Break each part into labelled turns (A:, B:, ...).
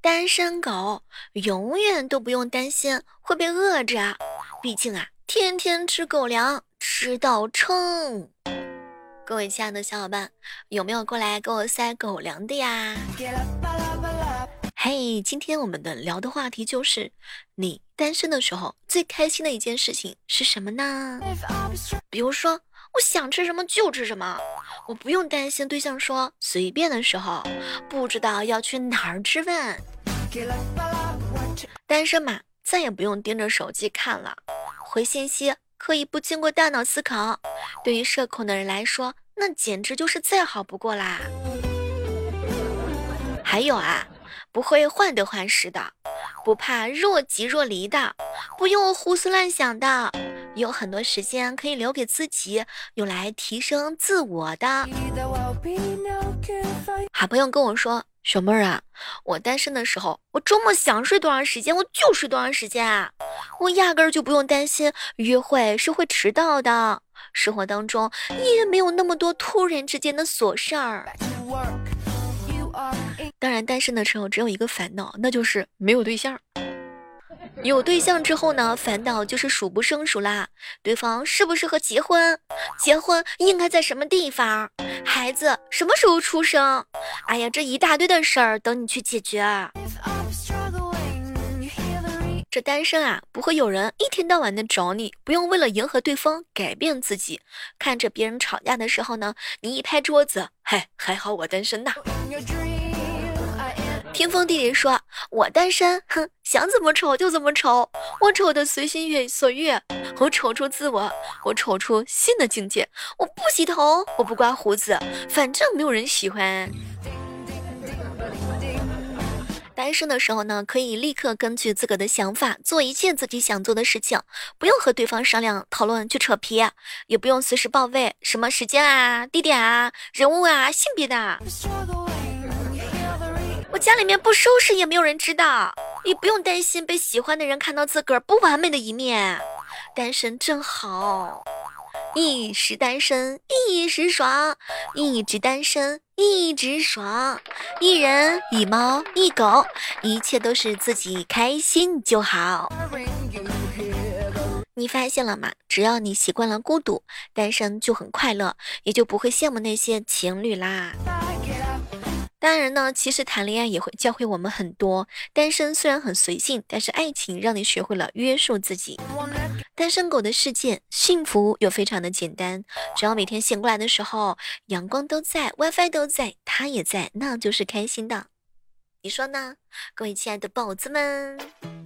A: 单身狗永远都不用担心会被饿着，毕竟啊，天天吃狗粮，吃到撑。各位亲爱的小伙伴，有没有过来给我塞狗粮的呀？嘿，今天我们的聊的话题就是，你单身的时候最开心的一件事情是什么呢？比如说，我想吃什么就吃什么，我不用担心对象说随便的时候，不知道要去哪儿吃饭。单身嘛，再也不用盯着手机看了，回信息可以不经过大脑思考，对于社恐的人来说，那简直就是再好不过啦。还有啊，不会患得患失的，不怕若即若离的，不用胡思乱想的，有很多时间可以留给自己，用来提升自我的。还不用跟我说，小妹儿啊，我单身的时候，我周末想睡多长时间我就睡多长时间啊，我压根儿就不用担心约会是会迟到的，生活当中也没有那么多突然之间的琐事儿。当然单身的时候只有一个烦恼，那就是没有对象。有对象之后呢，烦恼就是数不胜数啦。对方适不适合结婚？结婚应该在什么地方？孩子什么时候出生？哎呀，这一大堆的事儿等你去解决。这单身啊，不会有人一天到晚的找你，不用为了迎合对方改变自己。看着别人吵架的时候呢，你一拍桌子，嘿，还好我单身呐。天风弟弟说，我单身，哼，想怎么丑就怎么丑，我丑的随心所欲，我丑出自我，我丑出新的境界，我不洗头，我不刮胡子，反正没有人喜欢。单身的时候呢，可以立刻根据自个的想法做一切自己想做的事情，不用和对方商量讨论去扯皮，也不用随时报备什么时间啊、地点啊、人物啊、性别的。我家里面不收拾也没有人知道，也不用担心被喜欢的人看到自个儿不完美的一面。单身真好，一时单身一时爽，一直单身一直爽，一人一猫一狗，一切都是自己开心就好。你发现了吗？只要你习惯了孤独，单身就很快乐，也就不会羡慕那些情侣啦。当然呢，其实谈恋爱也会教会我们很多。单身虽然很随性，但是爱情让你学会了约束自己。单身狗的世界，幸福又非常的简单，只要每天醒过来的时候，阳光都在， WiFi 都在，他也在，那就是开心的。你说呢，各位亲爱的宝子们？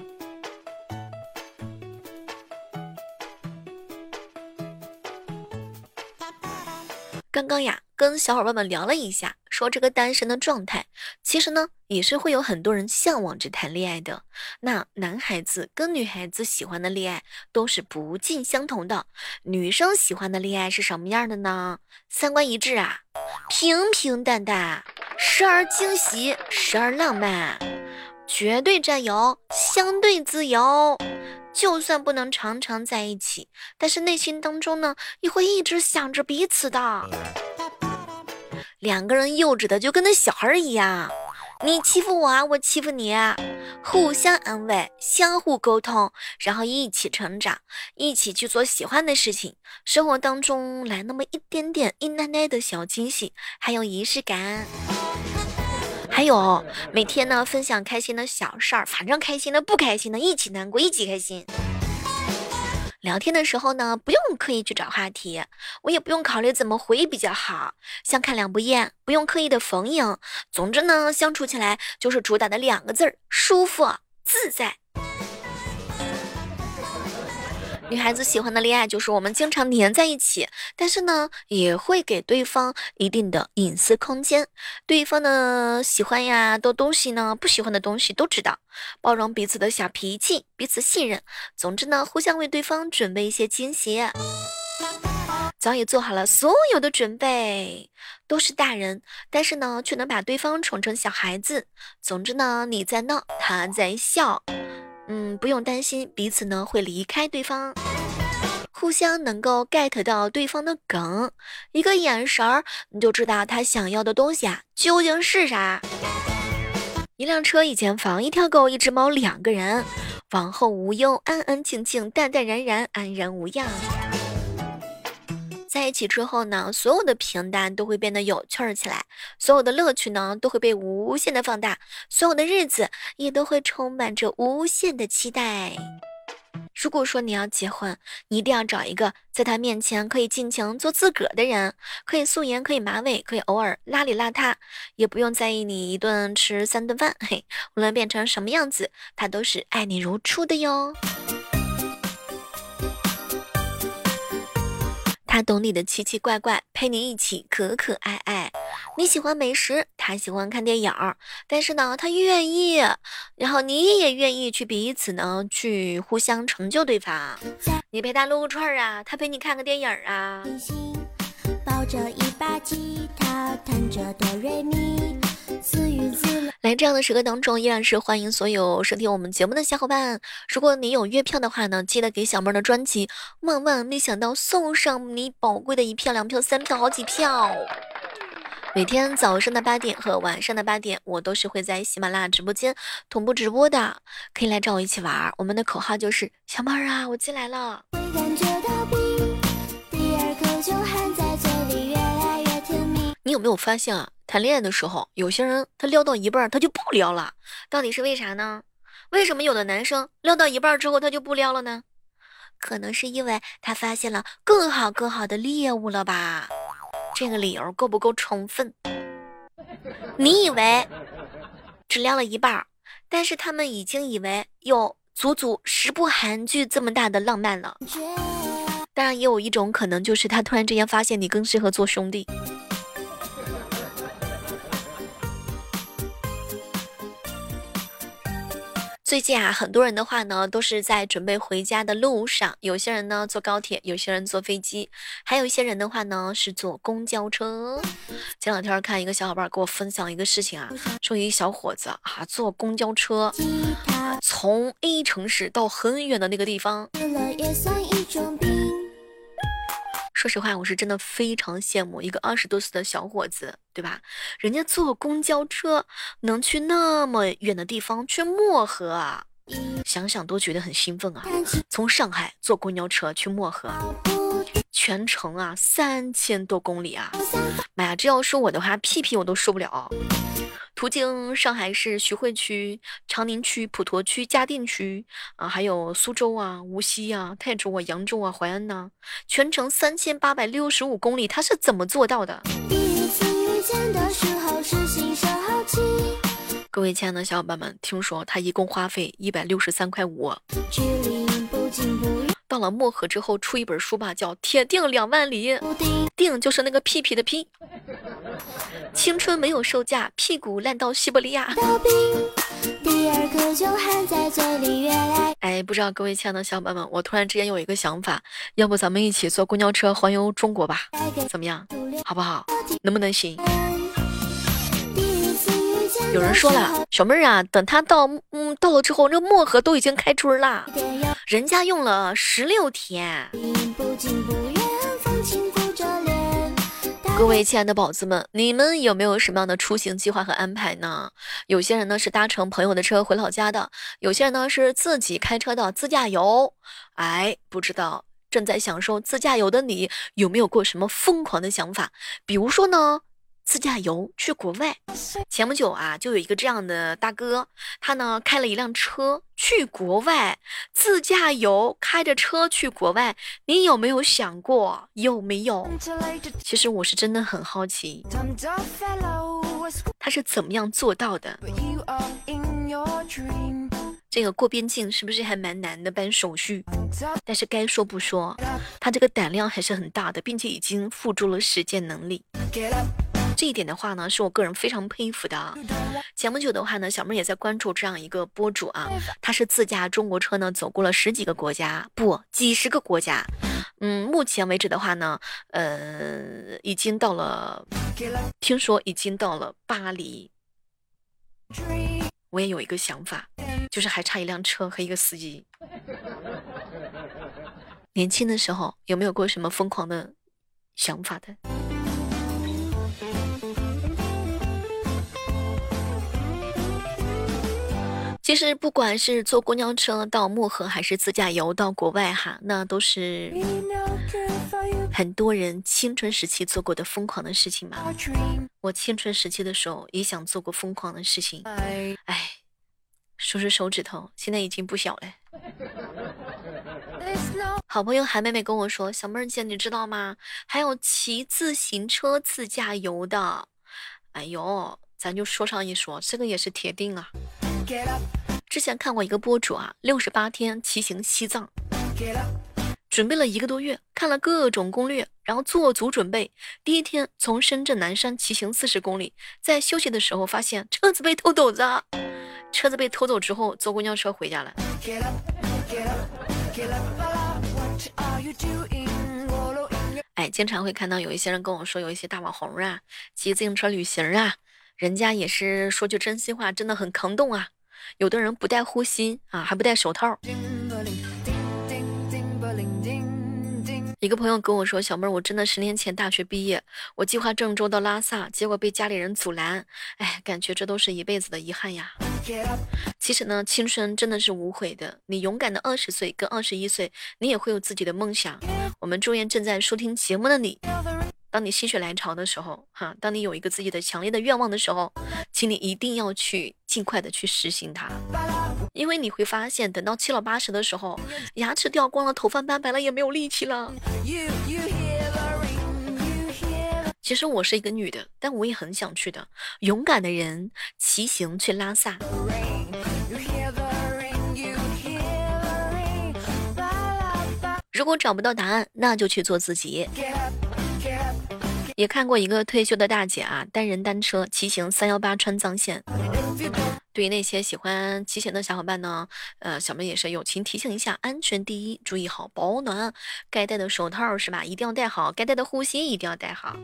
A: 刚刚呀，跟小伙伴们聊了一下，说这个单身的状态，其实呢，也是会有很多人向往着谈恋爱的。那男孩子跟女孩子喜欢的恋爱都是不尽相同的。女生喜欢的恋爱是什么样的呢？三观一致啊，平平淡淡，时而惊喜，时而浪漫，绝对占有，相对自由。就算不能常常在一起，但是内心当中呢，也会一直想着彼此的。两个人幼稚的就跟那小孩一样，你欺负我啊，我欺负你啊，互相安慰，相互沟通，然后一起成长，一起去做喜欢的事情。生活当中来那么一点点一奶奶的小惊喜，还有仪式感。还有每天呢分享开心的小事儿，反正开心的不开心的一起难过一起开心。聊天的时候呢，不用刻意去找话题，我也不用考虑怎么回比较好，相看两不厌，不用刻意的逢迎。总之呢，相处起来就是主打的两个字儿：舒服自在。女孩子喜欢的恋爱就是我们经常黏在一起，但是呢，也会给对方一定的隐私空间。对方的喜欢呀的东西呢，不喜欢的东西都知道，包容彼此的小脾气，彼此信任。总之呢，互相为对方准备一些惊喜。早已做好了所有的准备，都是大人，但是呢，却能把对方宠成小孩子。总之呢，你在闹，他在笑。不用担心彼此呢会离开对方，互相能够 get 到对方的梗，一个眼神儿你就知道他想要的东西啊究竟是啥。 一辆车，一间房，一条狗，一只猫，两个人，往后无忧，安安静静，淡淡然然，安然无恙。在一起之后呢，所有的平淡都会变得有趣儿起来，所有的乐趣呢都会被无限的放大，所有的日子也都会充满着无限的期待。如果说你要结婚，你一定要找一个在他面前可以尽情做自个儿的人，可以素颜，可以马尾，可以偶尔邋里邋遢，也不用在意你一顿吃3顿饭，嘿，无论变成什么样子，他都是爱你如初的哟。他懂你的奇奇怪怪，陪你一起可可爱爱。你喜欢美食，他喜欢看电影儿，但是呢，他愿意，然后你也愿意去彼此呢，去互相成就对方。你陪他撸个串儿啊，他陪你看个电影儿啊。抱着一把吉他，弹着哆瑞咪。来这样的时刻当中，依然是欢迎所有收听我们节目的小伙伴。如果你有月票的话呢，记得给小妹的专辑万万没想到送上你宝贵的1票、2票、3票，好几票。每天早上的8点和晚上的8点，我都是会在喜马拉雅直播间同步直播的，可以来找我一起玩。我们的口号就是小妹儿啊，我进来了。你有没有发现啊，谈恋爱的时候，有些人他撩到一半他就不撩了，到底是为啥呢？为什么有的男生撩到一半之后他就不撩了呢？可能是因为他发现了更好的猎物了吧？这个理由够不够充分？你以为只撩了一半，但是他们已经以为有足足10部韩剧这么大的浪漫了。当然也有一种可能，就是他突然之间发现你更适合做兄弟。最近啊，很多人的话呢，都是在准备回家的路上。有些人呢坐高铁，有些人坐飞机，还有一些人的话呢是坐公交车。前两天看一个小伙伴给我分享一个事情啊，说一小伙子啊坐公交车，从 A 城市到很远的那个地方。说实话，我是真的非常羡慕一个20多岁的小伙子，对吧？人家坐公交车能去那么远的地方去漠河啊，想想都觉得很兴奋啊。从上海坐公交车去漠河，全程啊3000多公里啊！妈呀，这要说我的话，屁屁我都受不了。途经上海市徐汇区、长宁区、普陀区、嘉定区啊，还有苏州啊、无锡啊、泰州啊、扬州啊、淮安呐，全程3865公里，他是怎么做到的？各位亲爱的小伙伴们，听说他一共花费163.5块。到了漠河之后，出一本书吧，叫《铁定2万里》，定就是那个屁屁的屁。青春没有售价，屁股烂到西伯利亚。哎，不知道各位亲爱的小伙伴们，我突然之间有一个想法，要不咱们一起坐公交车环游中国吧？怎么样？好不好？能不能行？有人说了，小妹儿啊，等他到了之后，那漠河都已经开春啦，人家用了16天。各位亲爱的宝子们，你们有没有什么样的出行计划和安排呢？有些人呢是搭乘朋友的车回老家的，有些人呢是自己开车的自驾游。哎，不知道正在享受自驾游的你有没有过什么疯狂的想法？比如说呢，自驾游去国外。前不久啊，就有一个这样的大哥，他呢开了一辆车去国外自驾游，开着车去国外。你有没有想过？有没有？其实我是真的很好奇，他是怎么样做到的？这个过边境是不是还蛮难的办手续？但是该说不说，他这个胆量还是很大的，并且已经付诸了实践能力。这一点的话呢，是我个人非常佩服的。前不久的话呢，小妹也在关注这样一个博主啊，他是自驾中国车呢，走过了10几个国家，不，几十个国家。目前为止的话呢，已经到了，听说已经到了巴黎。我也有一个想法，就是还差一辆车和一个司机。年轻的时候有没有过什么疯狂的想法的？ 其实不管是坐公交车到漠河，还是自驾游到国外哈，那都是很多人青春时期做过的疯狂的事情嘛。我青春时期的时候也想做过疯狂的事情，哎，数数手指头，现在已经不小了。好朋友韩妹妹跟我说，小妹儿姐你知道吗？还有骑自行车自驾游的。哎呦，咱就说上一说，这个也是铁定啊。之前看过一个博主啊，68天骑行西藏，准备了1个多月，看了各种攻略，然后做足准备。第一天从深圳南山骑行40公里，在休息的时候发现车子被偷走了。车子被偷走之后，坐公交车回家了。哎，经常会看到有一些人跟我说，有一些大网红啊，骑自行车旅行啊，人家也是说句真心话，真的很抗冻啊。有的人不带护膝啊，还不戴手套。一个朋友跟我说，小妹儿，我真的10年前大学毕业，我计划郑州到拉萨，结果被家里人阻拦，哎，感觉这都是一辈子的遗憾呀。其实呢，青春真的是无悔的，你勇敢的20岁跟21岁，你也会有自己的梦想。我们祝愿正在收听节目的你，当你心血来潮的时候，当你有一个自己的强烈的愿望的时候，请你一定要去尽快的去实行它。因为你会发现，等到7老80的时候，牙齿掉光了，头发斑白了，也没有力气了。其实我是一个女的，但我也很想去的。勇敢的人骑行去拉萨。如果找不到答案，那就去做自己。也看过一个退休的大姐啊，单人单车骑行318川藏线。对于那些喜欢骑行的小伙伴呢，小妹也是友情提醒一下，安全第一，注意好保暖，该戴的手套是吧，一定要戴好，该戴的护膝一定要戴好。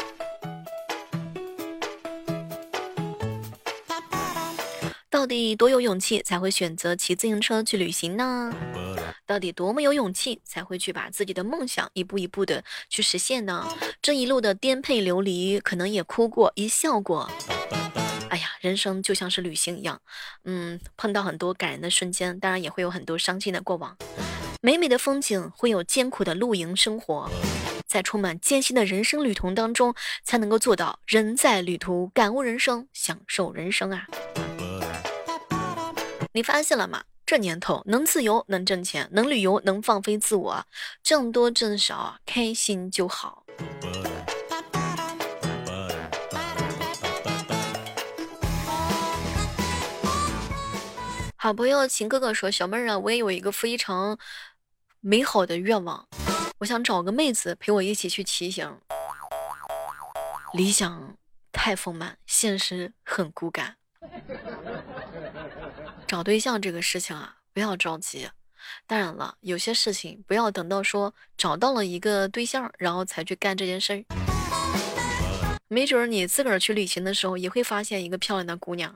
A: 到底多有勇气才会选择骑自行车去旅行呢？到底多么有勇气才会去把自己的梦想一步一步的去实现呢？这一路的颠沛流离，可能也哭过，也笑过。哎呀，人生就像是旅行一样，碰到很多感人的瞬间，当然也会有很多伤心的过往。美美的风景会有艰苦的露营生活，在充满艰辛的人生旅途当中，才能够做到人在旅途，感悟人生，享受人生啊！你发现了吗？这年头能自由，能挣钱，能旅游，能放飞自我，挣多挣少，开心就好。好朋友秦哥哥说，小妹儿啊，我也有一个非常美好的愿望，我想找个妹子陪我一起去骑行。理想太丰满，现实很骨感。找对象这个事情啊，不要着急。当然了，有些事情不要等到说找到了一个对象，然后才去干这件事儿。没准儿你自个儿去旅行的时候，也会发现一个漂亮的姑娘。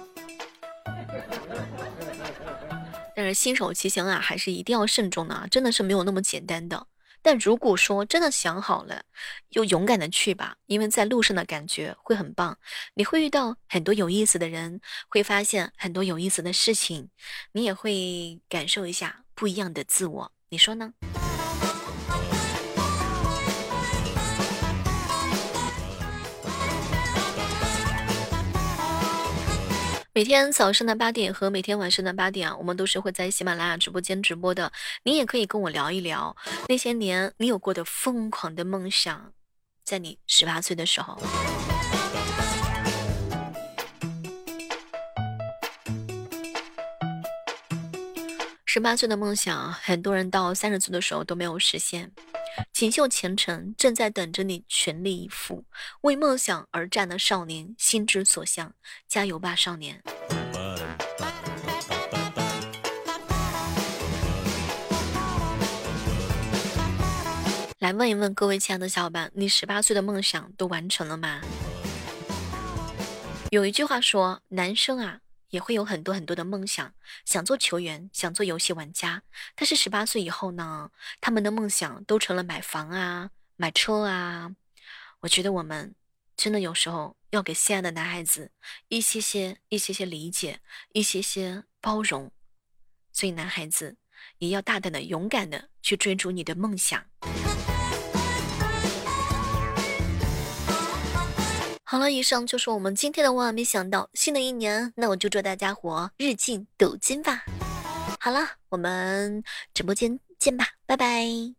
A: 但是新手骑行啊，还是一定要慎重的啊，真的是没有那么简单的。但如果说真的想好了，就勇敢的去吧，因为在路上的感觉会很棒，你会遇到很多有意思的人，会发现很多有意思的事情，你也会感受一下不一样的自我，你说呢？每天早上的8点和每天晚上的8点啊，我们都是会在喜马拉雅直播间直播的。你也可以跟我聊一聊那些年你有过的疯狂的梦想，在你18岁的时候。18岁的梦想，很多人到30岁的时候都没有实现。锦绣前程正在等着你全力以赴，为梦想而战的少年，心之所向，加油吧，少年！来问一问各位亲爱的小伙伴，你18岁的梦想都完成了吗？有一句话说，男生啊也会有很多很多的梦想，想做球员，想做游戏玩家，但是18岁以后呢，他们的梦想都成了买房啊、买车啊。我觉得我们真的有时候要给心爱的男孩子一些些理解，一些些包容。所以男孩子也要大胆的、勇敢的去追逐你的梦想。好了，以上就是我们今天的万万没想到。新的一年，那我就祝大家伙日进斗金吧。好了，我们直播间见吧，拜拜。